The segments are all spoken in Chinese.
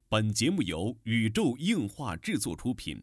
本节目由宇宙硬化制作出品。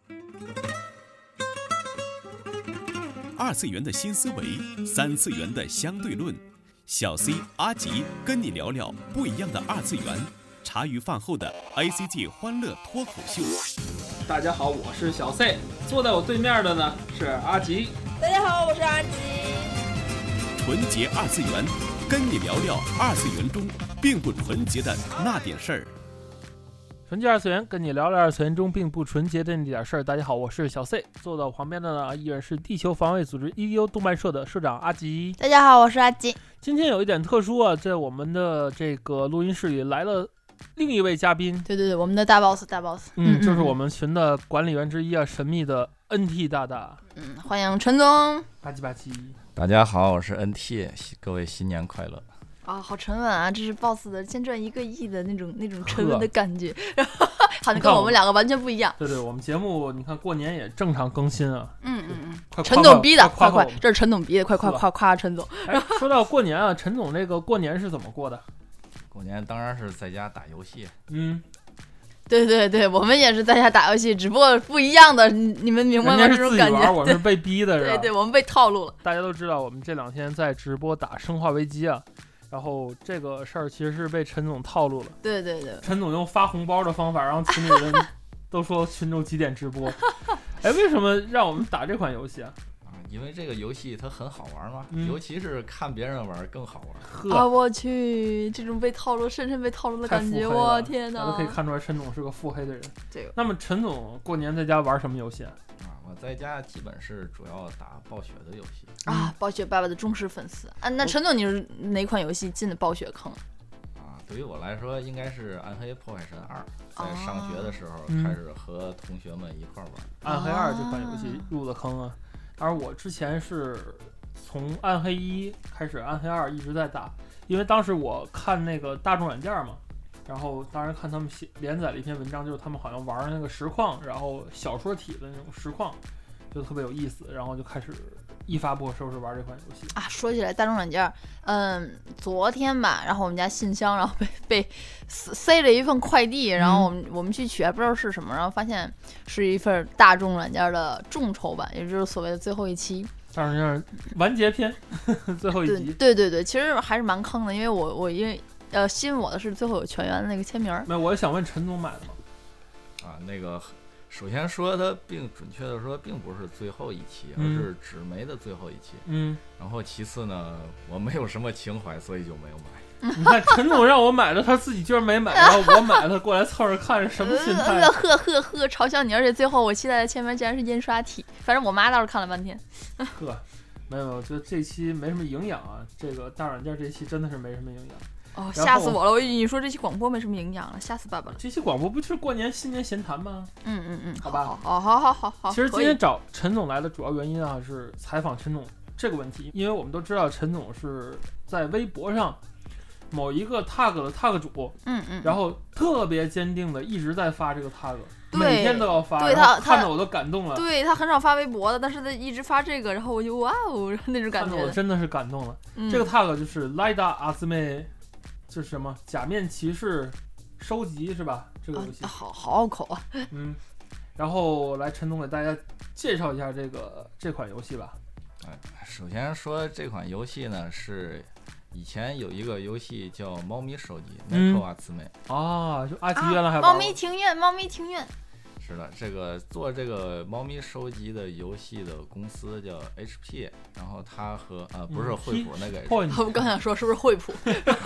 二次元的新思维，三次元的相对论。小 C 阿吉跟你聊聊不一样的二次元。茶余饭后的 ACG 欢乐脱口秀。 大家好，我是小 C， 坐在我对面的呢是阿吉。 大家好，我是阿吉。 纯洁二次元，跟你聊聊二次元中并不纯洁的那点事儿。 纯洁二次元，跟你聊聊二次元中并不纯洁的那点事儿。大家好，我是小 C， 坐到旁边的呢依然是地球防卫组织 EDO 动漫社的社长阿吉。 大家好，我是阿吉。 今天有一点特殊啊，在我们的这个录音室里来了另一位嘉宾。 对，我们的大 boss。 就是我们群的管理员之一啊，神秘的 NT 大大。 欢迎陈总。 吧唧。 大家好，我是 NT， 各位新年快乐。 好沉稳啊！这是 boss 的先赚1个亿的那种沉稳的感觉，好像跟我们两个完全不对。 对，我们节目你看过年也正常更新啊。 陈总逼的，快，这是陈总逼的，快夸陈总。 说到过年啊，陈总这个过年是怎么过的？ 过年当然是在家打游戏。 对，我们也是在家打游戏，只不过不一样的，你们明白吗？这种感觉， 我是被逼的，是吧？ 对，我们被套路了。 大家都知道，我们这2天在直播打生化危机啊。然后这个事儿其实是被陈总套路了。对，陈总用发红包的方法让群里人都说群众几点直播。为什么让我们打这款游戏啊？ 因为这个游戏它很好玩嘛，尤其是看别人玩更好玩。 我去，这种被套路、深深被套路的感觉，我天哪！ 都可以看出来陈总是个腹黑的人。 这个。 那么陈总过年在家玩什么游戏啊？ 我在家基本是主要打暴雪的游戏暴雪爸爸的忠实粉丝那陈总你是哪款游戏进的暴雪坑对于我来说应该是暗黑破坏神2，在上学的时候开始和同学们一块玩暗黑2这款游戏入的坑啊。而我之前是从暗黑1开始，暗黑2一直在打，因为当时我看那个大众软件嘛，然后当时看他们连载了一篇文章，就是他们好像玩那个实况，然后小说体的那种实况，就特别有意思，然后就开始一发不可收拾玩这款游戏说起来大众软件，昨天吧，然后我们家信箱然后被塞了一份快递，然后我们去取，还不知道是什么，然后发现是一份大众软件的众筹版，也就是所谓的最后一期大众软件完结篇最后一集。 对，其实还是蛮坑的，因为我因为吸引我的是最后有全员的那个签名。 那我也想问陈总买的吗？ 那个首先说它准确的说并不是最后一期，而是纸媒的最后一期。然后其次呢，我没有什么情怀，所以就没有买。 你看陈总让我买的，他自己居然没买，然后我买了，他过来凑着看，什么心态？ 呵，嘲笑你！而且最后我期待的签名竟然是印刷体，反正我妈倒是看了半天。 没有，我觉得这期没什么营养啊。这个大软件这期真的是没什么营养。 吓死我了！你说这期广播没什么营养了，吓死爸爸了。 这期广播不就是过年新年闲谈吗？ 好吧。 好。 其实今天找陈总来的主要原因啊，是采访陈总这个问题，因为我们都知道陈总是在微博上某一个 tag 的 tag 主，然后特别坚定的一直在发这个 tag，每天都要发， 对他看着我都感动了。 对，他很少发微博的，但是他一直发这个，然后我就哇哦那种感觉， 看着我真的是感动了。这个 tag 就是 Lida 阿兹妹，就是什么假面骑士收集是吧？这个游戏好拗口啊。 然后来陈总给大家介绍一下这款游戏吧。 首先说这款游戏呢是以前有一个游戏叫猫咪收集，奈克瓦兹美就阿吉原来还玩猫咪庭院。 是的，这个做这个猫咪收集的游戏的公司叫 HP， 然后它和不是惠普那个 HP， 我刚想说是不是惠普？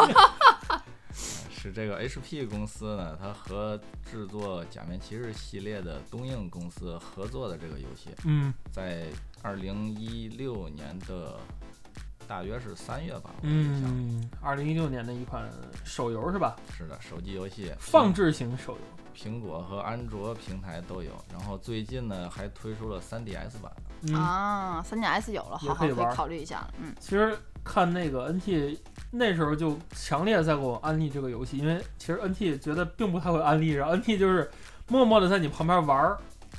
是这个 HP 公司呢，它和制作假面骑士系列的东映公司合作的这个游戏，在2016年的大约是3月吧 ，2016年的一款手游是吧？ 是的，手机游戏， 放置型手游， 苹果和安卓平台都有。然后最近呢还推出了 3DS 版 3DS 有了，好可以考虑一下了。 其实看那个 NT 那时候就强烈在给我安利这个游戏，因为其实 NT 觉得并不太会安利，然后 NT 就是默默的在你旁边玩，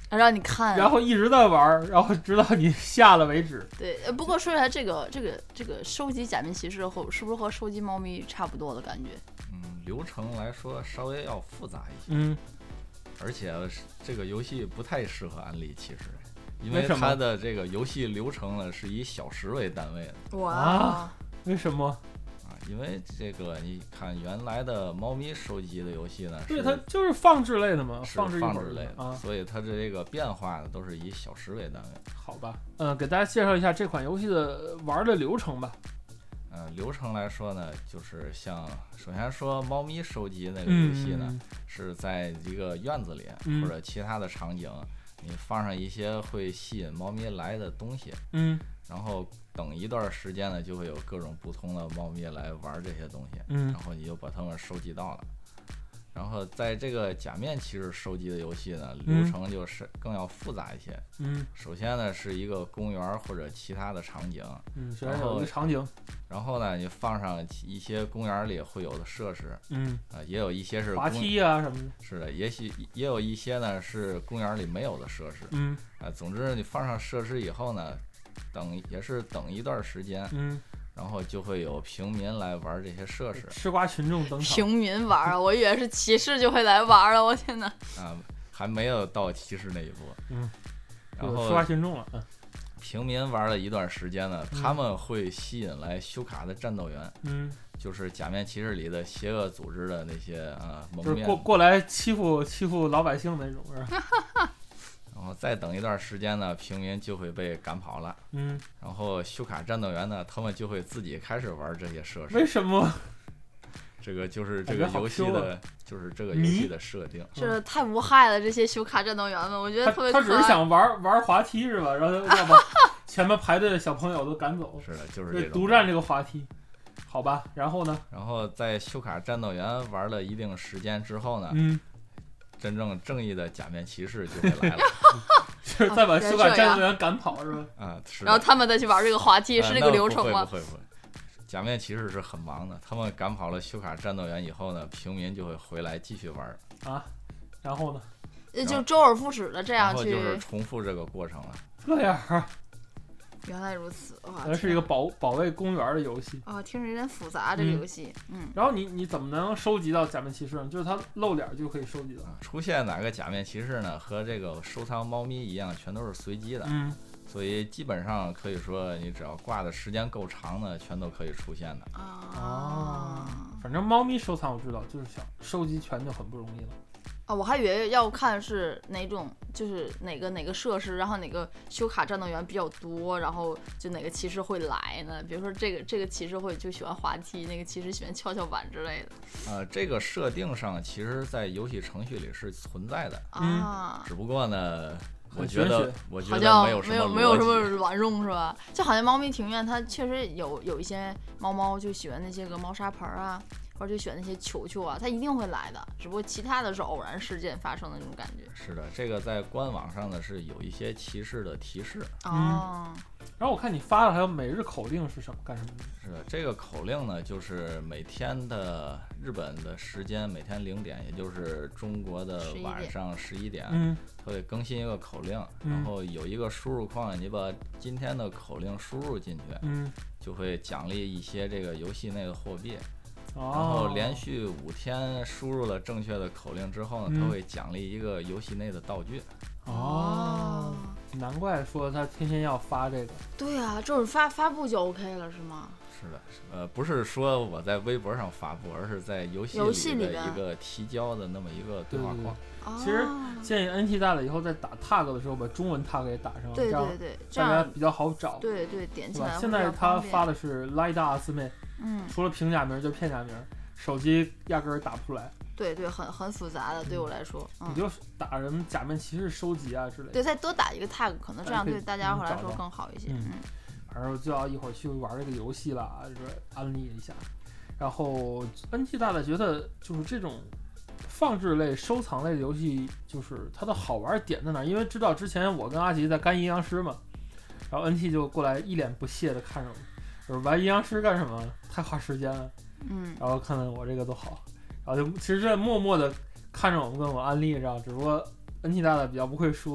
让你看， 然后一直在玩，然后直到你下了为止。 对，不过说起来，这个收集假面骑士后，是不是和收集猫咪差不多的感觉？ 流程来说稍微要复杂一些。而且这个游戏不太适合安利，其实，因为它的这个游戏流程呢是以小时为单位的。 哇，为什么？ 因为这个你看原来的猫咪收集的游戏呢， 对，它就是放置类的嘛， 放置类的， 所以它这个变化呢都是以小时为单位。 好吧，给大家介绍一下这款游戏的玩的流程吧。 流程来说呢，就是像首先说猫咪收集那个游戏呢，是在一个院子里或者其他的场景，你放上一些会吸引猫咪来的东西，然后等一段时间呢，就会有各种不同的猫咪来玩这些东西，然后你就把它们收集到了。然后在这个假面骑士收集的游戏呢，流程就是更要复杂一些。首先呢是一个公园或者其他的场景， 然后场景， 然后呢你放上一些公园里会有的设施，也有一些是滑梯啊什么的， 是的，也有一些呢是公园里没有的设施，总之你放上设施以后呢，等一段时间，然后就会有平民来玩这些设施， 吃瓜群众登场。 平民玩啊，我以为是骑士就会来玩了，我天哪！ 还没有到骑士那一步。然后吃瓜群众了。 平民玩了一段时间呢，他们会吸引来修卡的战斗员，就是假面骑士里的邪恶组织的那些蒙面， 就是过来欺负老百姓那种，是吧？ 然后再等一段时间呢，平民就会被赶跑了。然后修卡战斗员呢，他们就会自己开始玩这些设施。 为什么？ 这个就是这个游戏的，就是这个游戏的设定。 这太无害了，这些修卡战斗员们，我觉得特别他只是想玩滑梯是吧？然后要把前面排队的小朋友都赶走。 是的，就是这种独占这个滑梯。好吧，然后呢？ 然后在修卡战斗员玩了一定时间之后呢，真正正义的假面骑士就会来了， 就是再把修卡战斗员赶跑是吧？ 然后他们再去玩这个滑梯，是这个流程吗？ 不会。假面骑士是很忙的，他们赶跑了修卡战斗员以后呢，平民就会回来继续玩然后呢？ 就周而复始的这样去， 然后就是重复这个过程了。 这样原来如此， 原来是一个保卫公园的游戏听着有点复杂这个游戏。 然后你怎么能收集到假面骑士呢？就是它露脸就可以收集到。 出现哪个假面骑士呢？和这个收藏猫咪一样，全都是随机的。所以基本上可以说，你只要挂的时间够长呢，全都可以出现的。 反正猫咪收藏我知道，就是想收集全就很不容易了。 我还以为要看是哪种，就是哪个设施，然后哪个修卡战斗员比较多，然后就哪个骑士会来呢？比如说这个骑士会就喜欢滑梯，那个骑士喜欢跷跷板之类的。 这个设定上其实在游戏程序里是存在的只不过呢，我觉得好像没有什么卵用是吧？就好像猫咪庭院，它确实有一些猫就喜欢那些个猫砂盆啊。或者就选那些球球啊，它一定会来的，只不过其他的是偶然事件发生的那种感觉。 是的，这个在官网上呢是有一些骑士的提示然后我看你发了还有每日口令是什么干什么的？ 是的，这个口令呢就是每天的日本的时间，每天0点，也就是中国的晚上11点，它会更新一个口令，然后有一个输入框，你把今天的口令输入进去，就会奖励一些这个游戏内的货币。然后连续5天输入了正确的口令之后呢，它会奖励一个游戏内的道具。 难怪说他天天要发这个。 对啊，就是发布就 OK 了是吗？ 是的，不是说我在微博上发布，而是在游戏里的一个提交的那么一个对话框。 其实建议 NT 大了以后在打 tag 的时候把中文 tag 给打上， 对， 这样大家比较好找。 对，点起来。 现在他发的是 Light 阿斯妹，除了平假名就片假名，手机压根儿打不出来。 对，很复杂的，对我来说。 你就打什么假面骑士收集啊之类的。 对，再多打一个 tag， 可能这样对大家来说更好一些。 反正就要一会儿去玩这个游戏了，就是安利一下。然后 NT 大大觉得就是这种放置类、收藏类的游戏，就是它的好玩点在哪？因为知道之前我跟阿吉在干阴阳师嘛，然后 NT 就过来一脸不屑的看着我，就是玩阴阳师干什么？太花时间了。然后看看我这个都好，然后就其实默默的看着我们跟我安利，知道，只不过 NT 大大比较不会说，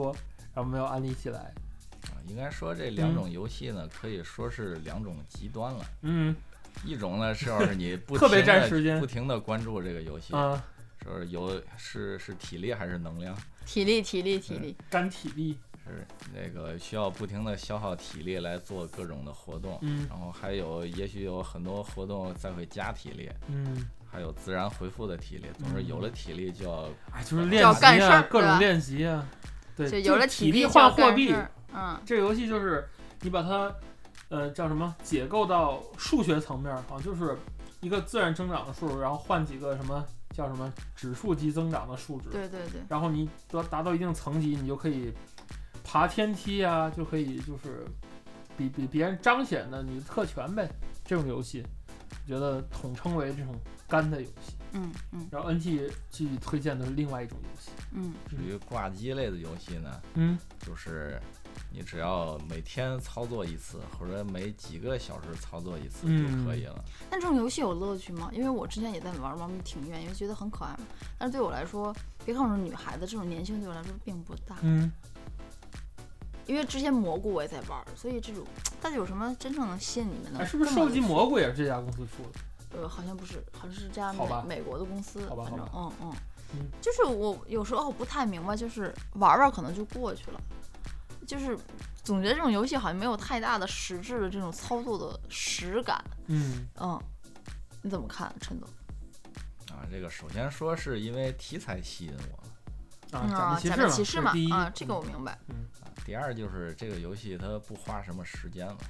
然后没有安利起来。 应该说这两种游戏呢，可以说是两种极端了。一种呢是要是你特别占时间， 不停的关注这个游戏，说是体力还是能量？ 体力， 干体力。 是那个需要不停的消耗体力来做各种的活动，然后还有也许有很多活动再会加体力，还有自然恢复的体力。总之有了体力就要， 就是练习啊，各种练习啊，对， 就有了体力换货币。 这个游戏就是你把它，叫什么解构到数学层面啊，就是一个自然增长的数，然后换几个什么叫什么指数级增长的数值， 对， 然后你达到一定层级，你就可以爬天梯啊，就可以就是比别人彰显的你的特权呗。这种游戏，我觉得统称为这种干的游戏。然后 NT 继续推荐的是另外一种游戏。 至于挂机类的游戏呢，就是你只要每天操作一次，或者每几个小时操作一次就可以了。 但这种游戏有乐趣吗？因为我之前也在玩猫咪庭院，因为觉得很可爱嘛。但是对我来说，别看我是女孩子，这种粘性对我来说并不大。因为之前蘑菇我也在玩，所以这种到底有什么真正能吸引你们呢？ 是不是收集蘑菇也是这家公司出的？好像不是，好像是这家美国的公司。 反正就是我有时候不太明白，就是玩可能就过去了，就是总觉得这种游戏好像没有太大的实质的这种操作的实感。你怎么看，陈总？ 这个首先说是因为题材吸引我。 假面骑士嘛，这个我明白。 第二就是这个游戏它不花什么时间了。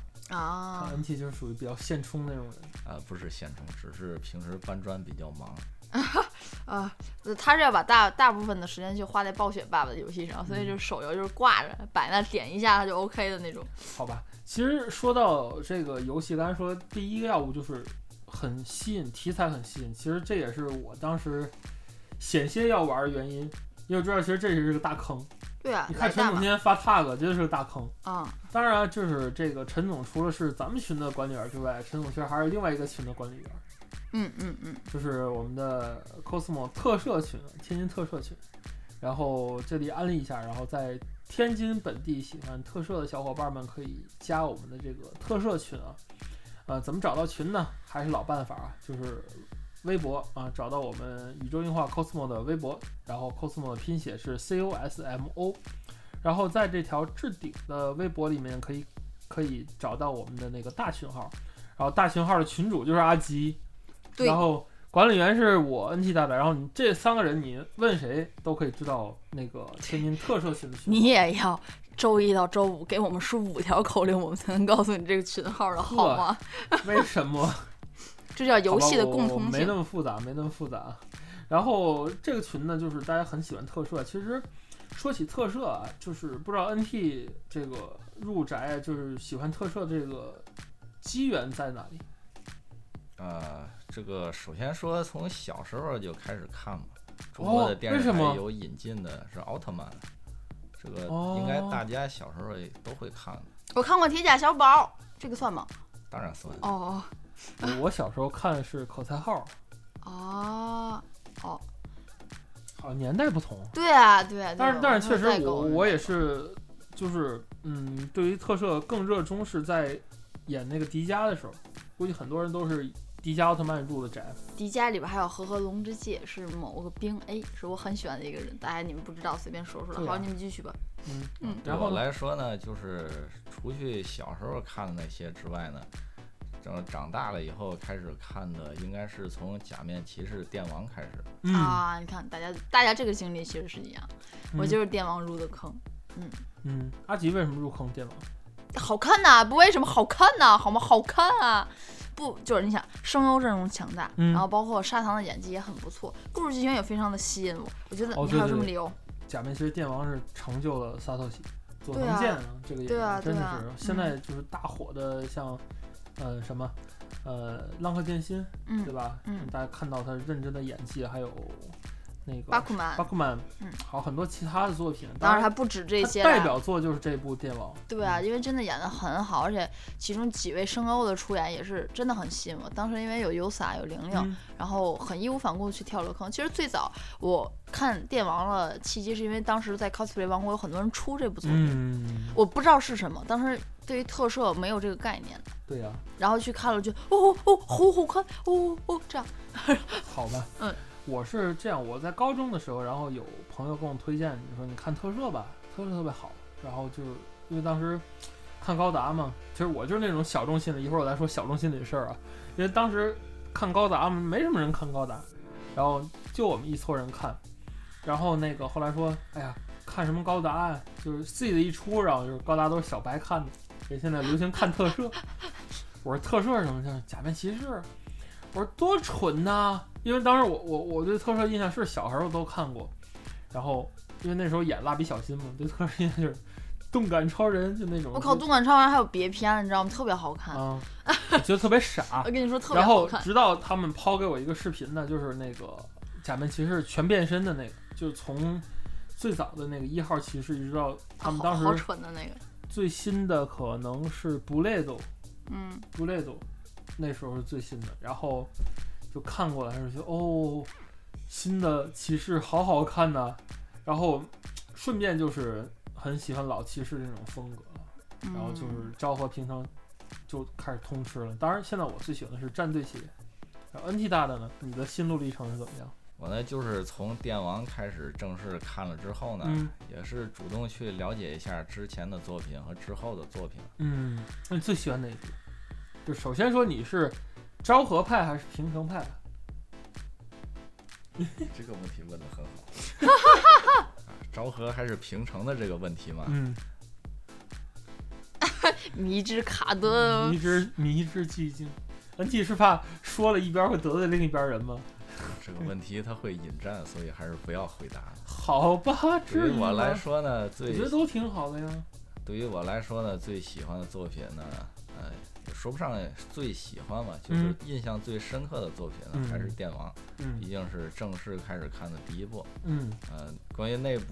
NT 就是属于比较现充那种人。 不是现充，只是平时搬砖比较忙。 他是要把大部分的时间去花在暴雪爸爸的游戏上，所以就是手游就是挂着摆那点一下他就 OK 的那种。 好吧，其实说到这个游戏，刚才说第一个要务就是很吸引，题材很吸引。其实这也是我当时险些要玩的原因。因为我知道其实这是个大坑。 对啊， 你看陈总今天发 tag 绝对是个大坑。当然就是这个陈总除了是咱们群的管理员之外，陈总其实还是另外一个群的管理员。就是我们的 Cosmo 特摄群，天津特摄群。然后这里安利一下，然后在天津本地喜欢特摄的小伙伴们可以加我们的这个特摄群啊。怎么找到群呢？还是老办法啊，就是微博找到我们宇宙硬化 Cosmo 的微博，然后 Cosmo 的拼写是 COSMO， 然后在这条置顶的微博里面可以找到我们的那个大群号，然后大群号的群主就是阿吉，然后管理员是我 NT 大白，然后你这3个人你问谁都可以知道那个天津特摄群的群。 你也要周一到周五给我们输5条口令，我们才能告诉你这个群号的号吗？ 为什么？ 这叫游戏的共通性。 没那么复杂。然后这个群呢，就是大家很喜欢特摄。其实说起特摄就是不知道 NT 这个入宅就是喜欢特摄这个机缘在哪里？ 这个首先说从小时候就开始看嘛，中国的电视台有引进的是奥特曼，这个应该大家小时候也都会看的。 我看过铁甲小宝，这个算吗？ 当然算。 我小时候看的是口才号。好，年代不同。 对啊。 但是确实我也是，就是对于特摄更热衷是在演那个迪迦的时候，估计很多人都是迪迦奥特曼入的宅。 迪迦里边还有和龙之介，是某个兵 A， 是我很喜欢的一个人，大家你们不知道随便说说了。好，你们继续吧。 对我来说呢，就是除去小时候看的那些之外呢，长大了以后开始看的应该是从假面骑士电王开始。 你看大家这个经历其实是一样，我就是电王入的坑。 阿吉为什么入坑电王？ 好看呐，不为什么好看呐，好吗？好看啊，不就是你想声优阵容强大，然后包括砂糖的演技也很不错，故事剧情也非常的吸引我觉得你还有什么理由？ 假面骑士电王是成就了萨托西佐藤健这个演员，真的是现在就是大火的，像什么浪客剑心，对吧？大家看到他认真的演技，还有那个巴库曼， 还有很多其他的作品。 当然还不止这些， 代表作就是这部《电王》。 对啊，因为真的演得很好，而且其中几位声优的出演也是真的很吸引我。当时因为有优撒有玲玲，然后很义无反顾去跳了坑。其实最早我看《电王》了契机是因为当时在 cosplay 王国有很多人出这部作品，我不知道是什么，当时对于特摄没有这个概念。 对呀、 然后去看了就好看这样。 好吧，我是这样，我在高中的时候，然后有朋友跟我推荐，你说你看特摄吧，特摄特别好。然后就是因为当时看高达嘛，其实我就是那种小众心理，一会儿我再说小众心理的事儿啊。因为当时看高达嘛，没什么人看高达，然后就我们一撮人看。然后那个后来说，哎呀，看什么高达啊？就是 C 的一出，然后就是高达都是小白看的。所以现在流行看特摄。我说特摄是什么？叫假面骑士。我说多蠢呐！因为当时我对特摄印象是小时候都看过，然后因为那时候演蜡笔小新嘛，对特摄印象就是动感超人，就那种。 我靠，动感超人还有别片，你知道吗？特别好看。 我觉得特别傻。 我跟你说特别好看。 然后直到他们抛给我一个视频呢，就是那个假面骑士全变身的那个，就是从最早的那个1号骑士一直到他们当时好蠢的那个。 最新的可能是布雷多，布雷多，那时候是最新的，然后就看过来就觉得哦，新的骑士好好看呐，然后顺便就是很喜欢老骑士这种风格，然后就是昭和平成就开始通吃了。当然，现在我最喜欢的是战队系列。然后 NT 大的呢，你的心路历程是怎么样？ 我呢，就是从电王开始正式看了之后呢，也是主动去了解一下之前的作品和之后的作品。 那你最喜欢哪一部？就首先说你是昭和派还是平成派？ 这个问题问得很好。昭和还是平成的这个问题嘛？ 迷之卡顿， 迷之寂静。NT 是怕说了一边会得罪另一边人吗？ 这个问题它会引战，所以还是不要回答。 好吧， 对于我来说呢， 我觉得都挺好的呀。 对于我来说呢，最喜欢的作品呢，说不上最喜欢吧，就是印象最深刻的作品呢，还是《电王》。毕竟是正式开始看的第一部。关于那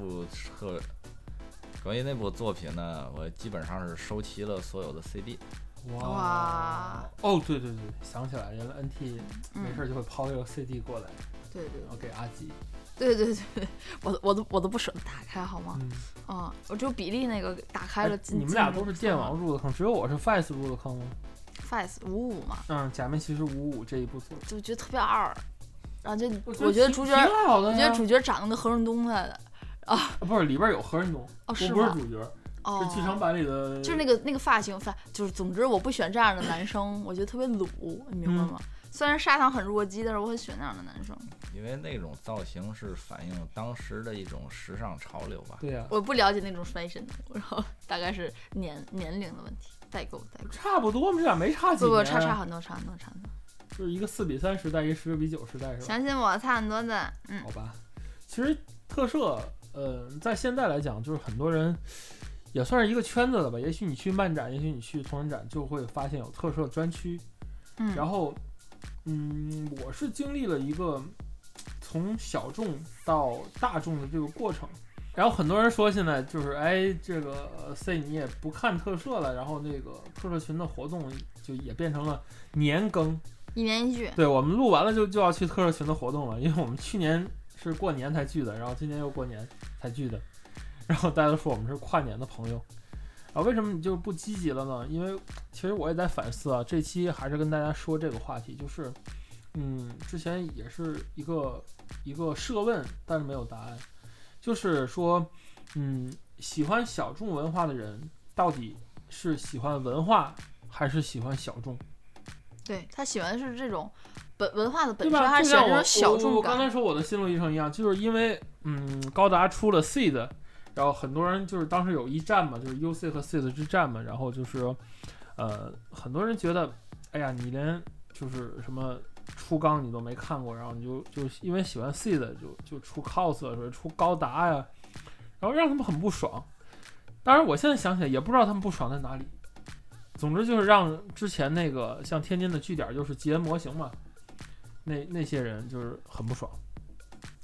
部作品呢，我基本上是收齐了所有的 CD。 哇！ 哦，对，想起来，原来 NT 没事就会抛一个 CD 过来， 对， 然后给阿吉。 对，我都不舍得打开，好吗？我只有比利那个打开了。 你们俩都是电王入的坑，只有我是 FICE 入的坑吗 ？FICE 55嘛。 假面骑士55这一部作品， 就觉得特别二，然后就我觉得主角，我觉得主角长得跟何润东似的不是里边有何润东， 是不是主角。是剧场版里的， 就是那个发型就是总之我不选这样的男生，我觉得特别鲁，你明白吗？虽然砂糖很弱鸡，但是我很喜欢那样的男生， 因为那种造型是反映当时的一种时尚潮流吧。 对呀， 我不了解那种 fashion， 然后大概是年龄的问题，代沟。 差不多，这俩没差几年。 不，差很多。 就是一个4:3时代，一个19:9时代，是吧？ 相信我，差很多的。 好吧，其实特摄，在现在来讲，就是很多人。也算是一个圈子了吧，也许你去漫展，也许你去同人展，就会发现有特摄专区。然后，我是经历了一个从小众到大众的这个过程。然后很多人说现在就是，这个 C 你也不看特摄了，然后那个特摄群的活动就也变成了年更 ，1年1聚。 对，我们录完了就要去特摄群的活动了，因为我们去年是过年才聚的，然后今年又过年才聚的。然后大家都说我们是跨年的朋友，为什么你就不积极了呢？因为其实我也在反思啊，这期还是跟大家说这个话题，就是之前也是一个设问，但是没有答案，就是说喜欢小众文化的人到底是喜欢文化还是喜欢小众？对， 他喜欢的是这种文化的本身，还是喜欢这种小众感？ 我刚才说我的心路历程一样，就是因为高达出了 C 的。然后很多人就是当时有一战嘛，就是 UC 和 C 的之战嘛，然后就是很多人觉得，哎呀，你连就是什么初钢你都没看过，然后你就因为喜欢 C 的就出 cos 或者出高达呀，然后让他们很不爽。当然我现在想起来也不知道他们不爽在哪里，总之就是让之前那个像天津的据点就是吉恩模型嘛，那些人就是很不爽。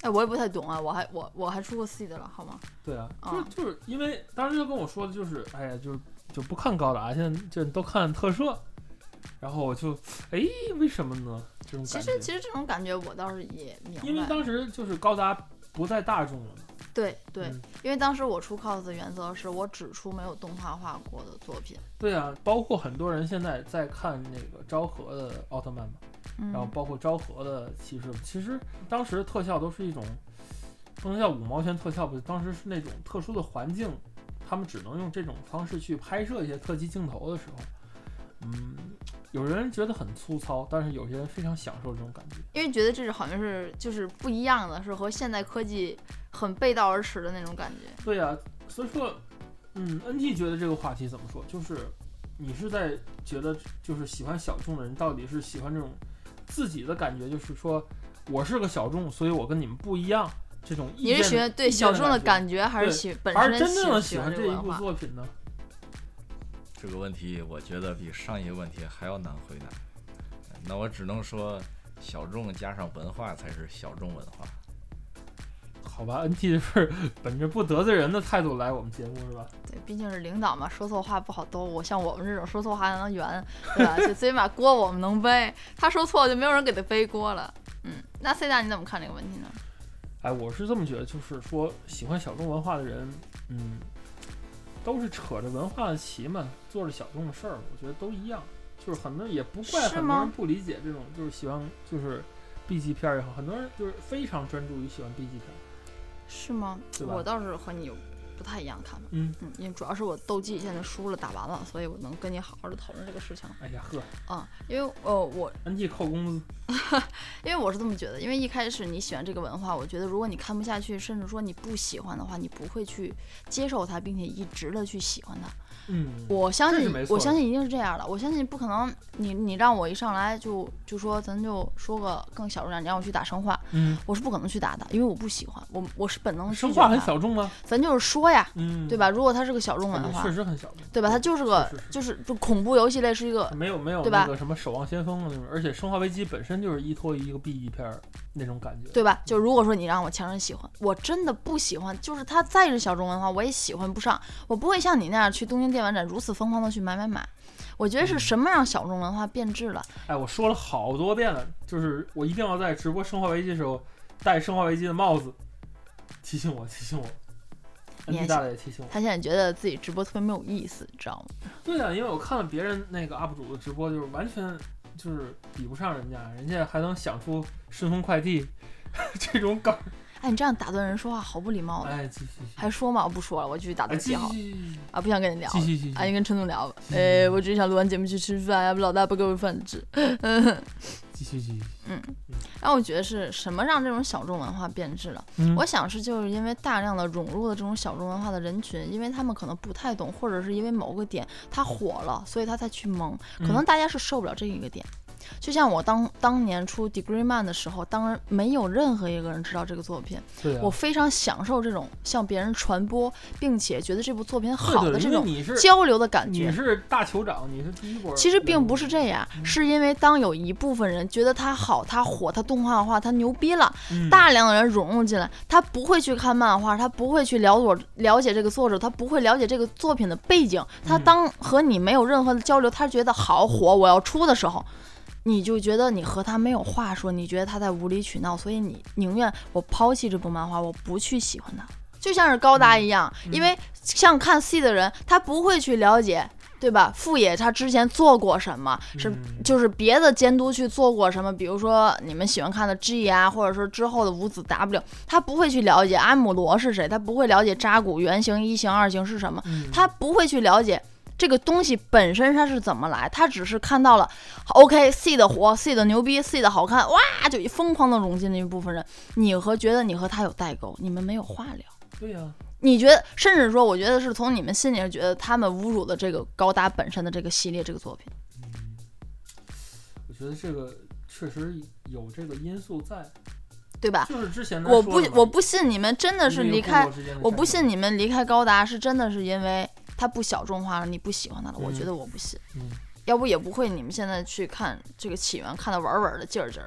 哎，我也不太懂啊，我还出过 C 的了，好吗？ 对啊，就是因为当时就跟我说的就是，哎呀，就不看高达，现在就都看特摄，然后我就，哎，为什么呢？这种感觉。 其实这种感觉我倒是也明白。 因为当时就是高达不再大众了嘛。 对，因为当时我出 cos 的原则是我只出没有动画化过的作品。 对啊，包括很多人现在在看那个昭和的奥特曼嘛。然后包括昭和的骑士，其实当时的特效都是一种不能叫5毛钱特效，不，当时是那种特殊的环境，他们只能用这种方式去拍摄一些特技镜头的时候，有人觉得很粗糙，但是有些人非常享受这种感觉， 因为觉得这是好像是就是不一样的，是和现代科技很背道而驰的那种感觉。 对啊，所以说NT 觉得这个话题怎么说，就是你是在觉得就是喜欢小众的人到底是喜欢这种自己的感觉，就是说我是个小众，所以我跟你们不一样，这种意见， 你是喜欢对小众的感觉，还是本身还是真正的喜欢这一部作品呢？ 这个问题我觉得比上一个问题还要难回答。那我只能说，小众加上文化才是小众文化。 好吧 ，NT 是本着不得罪人的态度来我们节目是吧？ 对，毕竟是领导嘛，说错话不好兜。像我们这种说错话还能圆，对吧？就最起码锅我们能背，他说错就没有人给他背锅了。那 C 大你怎么看这个问题呢？ 哎，我是这么觉得，就是说喜欢小众文化的人，都是扯着文化的旗嘛，做着小众的事儿，我觉得都一样。就是很多人也不怪很多人不理解这种，就是喜欢就是 B 级片也好，很多人就是非常专注于喜欢 B 级片。 是吗？我倒是和你有不太一样看法。因为主要是我斗技现在输了打完了，所以我能跟你好好的讨论这个事情。 哎呀呵， 因为我 NT 扣工资， 因为我是这么觉得，因为一开始你喜欢这个文化，我觉得如果你看不下去，甚至说你不喜欢的话，你不会去接受它，并且一直的去喜欢它。我相信一定是这样的。我相信不可能你让我一上来就说咱就说个更小众点，你让我去打生化，我是不可能去打的，因为我不喜欢，我是本能的。 生化很小众吗？ 咱就是说呀，对吧？如果它是个小众文化， 确实很小众， 对吧？它就是个就是恐怖游戏类，是一个没有对吧？ 那个什么守望先锋的那种，而且生化危机本身就是依托于一个 B 级片那种感觉， 对吧？就如果说你让我强人喜欢，我真的不喜欢，就是它再是小众文化，我也喜欢不上，我不会像你那样去东京电玩展如此疯狂的去买。我觉得是什么让小众文化变质了？ 哎，我说了好多遍了，就是我一定要在直播生化危机的时候戴生化危机的帽子，提醒我。NT 大大也提醒我， 他现在觉得自己直播特别没有意思，你知道吗？ 对啊，因为我看了别人那个 UP 主的直播，就是完全就是比不上人家还能想出顺丰快递这种梗。 哎，你这样打断人说话好不礼貌的。 哎，继续。 还说吗？我不说了，我继续打断记号。不想跟你聊。 继续。 你跟陈总聊吧。我只是想录完节目去吃饭，要不老大不给我饭吃。 继续。 然后我觉得是什么让这种小众文化变质了？我想就是因为大量的融入了这种小众文化的人群，因为他们可能不太懂，或者是因为某个点它火了，所以他才去蒙。可能大家是受不了这一个点。就像我当年出 Degree Man 的时候，当然没有任何一个人知道这个作品。我非常享受这种向别人传播，并且觉得这部作品好的这种交流的感觉。 你是大酋长，你是第一波。 其实并不是这样，是因为当有一部分人觉得它好、它火、它动画化、它牛逼了，大量的人融入进来，他不会去看漫画，他不会去了解这个作者，他不会了解这个作品的背景，他当和你没有任何的交流，他觉得好火，我要出的时候。你就觉得你和他没有话说，你觉得他在无理取闹，所以你宁愿我抛弃这部漫画，我不去喜欢他。就像是高达一样，因为像看 C 的人，他不会去了解，对吧？富野他之前做过什么，就是别的监督去做过什么，比如说你们喜欢看的 G 啊，或者说之后的无子 W， 他不会去了解阿姆罗是谁，他不会了解扎古原型、1型、2型是什么，他不会去了解。这个东西本身它是怎么来？他只是看到了 ，OK C 的火 ，C 的牛逼 ，C 的好看，哇，就疯狂的涌进了一部分人。觉得你和他有代沟，你们没有话聊。 对呀。 你觉得，甚至说，我觉得是从你们心里觉得他们侮辱了这个高达本身的这个系列这个作品。 我觉得这个确实有这个因素在。 对吧？ 就是之前我不信你们真的是离开，我不信你们离开高达是真的是因为它不小众化了，你不喜欢它了。我觉得我不信，要不也不会你们现在去看这个起源看得玩的劲儿的。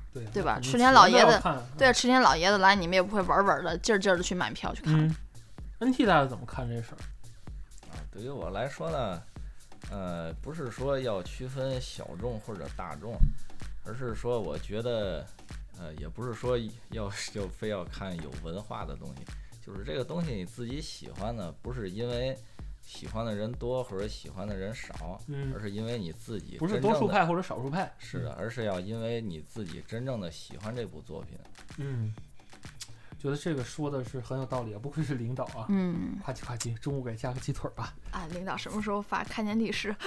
对吧？吃天老爷子，对，吃天老爷子来，你们也不会玩玩的，劲儿的去买票去看。 NT 大家怎么看这事儿？ 对于我来说呢，不是说要区分小众或者大众，而是说我觉得，也不是说就非要看有文化的东西，就是这个东西你自己喜欢的，不是因为喜欢的人多或者喜欢的人少，而是因为你自己不是多数派或者少数派， 是的，而是要因为你自己真正的喜欢这部作品。 觉得这个说的是很有道理，不愧是领导啊。夸叽夸叽，中午给加个鸡腿吧。 领导什么时候发看见历史？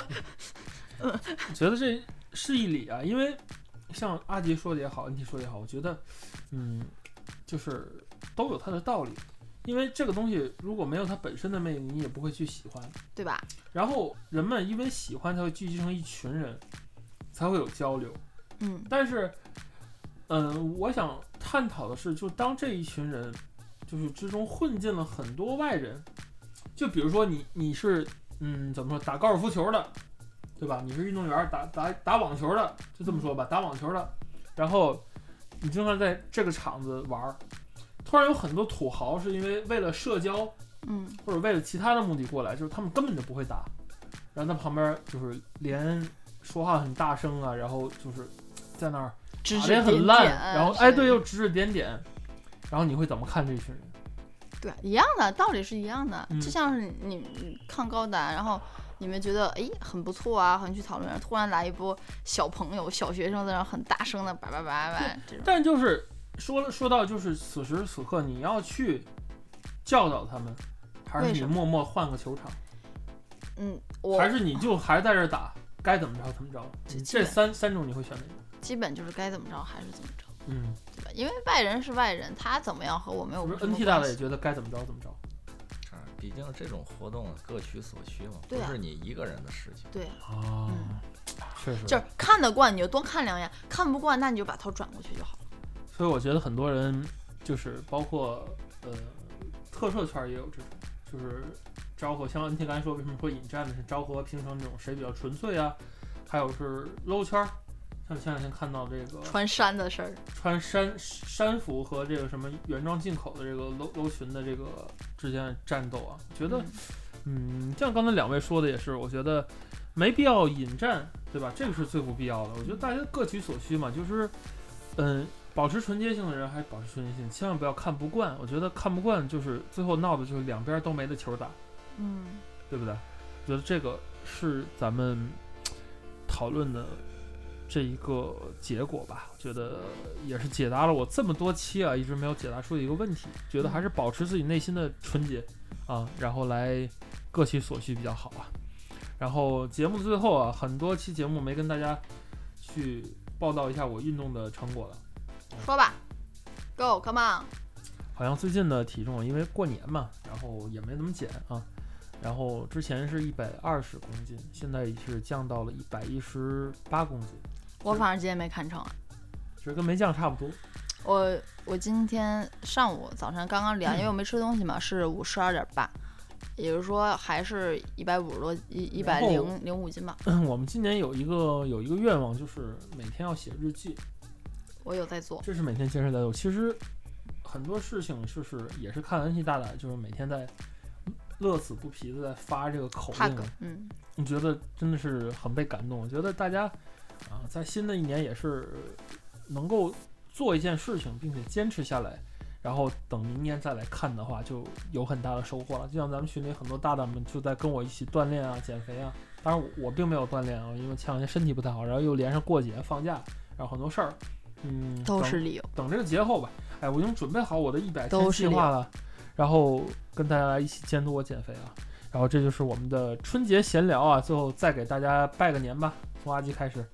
觉得这是一理啊，因为像阿杰说的也好，NT 说的也好，我觉得，就是都有它的道理。因为这个东西如果没有它本身的魅力，你也不会去喜欢， 对吧？ 然后人们因为喜欢才会聚集成一群人，才会有交流。但是，我想探讨的是，就当这一群人，就是之中混进了很多外人，就比如说你是怎么说打高尔夫球的，对吧？你是运动员，打网球的，就这么说吧，打网球的，然后你经常在这个场子玩，突然有很多土豪是因为为了社交，或者为了其他的目的过来，就是他们根本就不会打，然后在旁边就是连说话很大声啊，然后就是在那儿打得很烂，然后对，又指指点点，然后你会怎么看这群人？ 对，一样的道理是一样的，就像是你抗高达，然后你们觉得很不错啊，很去讨论，突然来一波小朋友、小学生在那很大声的叭叭叭叭这种。 但就是说到就是此时此刻，你要去教导他们，还是你默默换个球场？还是你就还在这打，该怎么着怎么着？这三种你会选哪个？ 基本就是该怎么着还是怎么着，对吧？因为外人是外人，他怎么样和我没有什么关系。 NT 大的也觉得该怎么着怎么着。 毕竟这种活动各取所需嘛，不是你一个人的事情。 对确实， 就是看得惯你就多看两眼，看不惯那你就把头转过去就好了。 所以我觉得很多人就是包括特摄圈也有这种，就是昭和，像 NT 刚才说为什么说引战的是昭和平成这种谁比较纯粹啊，还有是 low 圈。像前两天看到这个穿衫的事儿， 穿衫服和这个什么原装进口的这个 low 裙的这个之间的战斗啊，觉得像刚才两位说的也是，我觉得没必要引战，对吧？这个是最不必要的。我觉得大家各取所需嘛，就是保持纯洁性的人还是保持纯洁性，千万不要看不惯。我觉得看不惯就是最后闹的就是两边都没得球打，对不对？我觉得这个是咱们讨论的这一个结果吧，我觉得也是解答了我这么多期啊一直没有解答出的一个问题，觉得还是保持自己内心的纯洁啊，然后来各取所需比较好啊。然后节目的最后啊，很多期节目没跟大家去报道一下我运动的成果了， 说吧 ，Go come on。 好像最近的体重因为过年嘛，然后也没怎么减啊。然后之前是120公斤，现在也是降到了118公斤。 我反正今天没看成啊， 这跟没降差不多。 我今天上午早晨刚刚量，因为我没吃东西嘛，是52.8，也就是说还是150多105斤吧。 我们今年有一个愿望，就是每天要写日记。 我有在做， 这是每天坚持在做。其实很多事情就是也是看NT大大，就是每天在乐此不疲的在发这个口令。我觉得真的是很被感动。我觉得大家在新的一年也是能够做一件事情，并且坚持下来，然后等明年再来看的话，就有很大的收获了。就像咱们群里很多大大们就在跟我一起锻炼啊、减肥啊。当然我并没有锻炼啊，因为前两天身体不太好，然后又连上过节放假，然后很多事儿， 都是理由。 等这个节后吧，我已经准备好我的100天计划了，然后跟大家来一起监督我减肥啊。然后这就是我们的春节闲聊啊，最后再给大家拜个年吧，从阿基开始。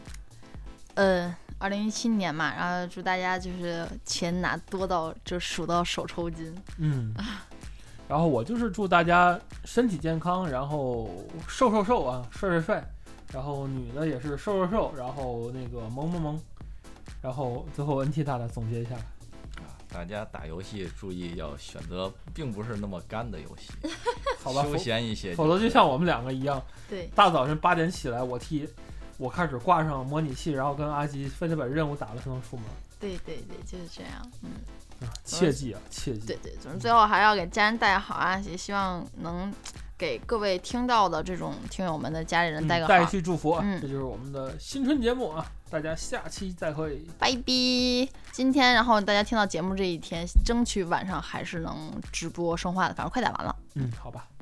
2017年嘛，然后祝大家就是钱拿多到就数到手抽筋。 然后我就是祝大家身体健康，然后瘦啊，帅，然后女的也是瘦，然后那个萌，然后最后 NT 大大总结一下。 大家打游戏注意要选择并不是那么干的游戏， 好吧， 休闲一些， 否则就像我们两个一样， 对， 大早晨8点起来，我替我开始挂上模拟器，然后跟阿吉非得把任务打了才能出门。 对对对，就是这样。 切记啊，切记。 对对，总之最后还要给家人带好啊，也希望能给各位听到的这种听友们的家里人带个好， 带去祝福。这就是我们的新春节目啊，大家下期再会， 拜拜。今天然后大家听到节目这一天，争取晚上还是能直播生化的，反正快打完了。 好吧。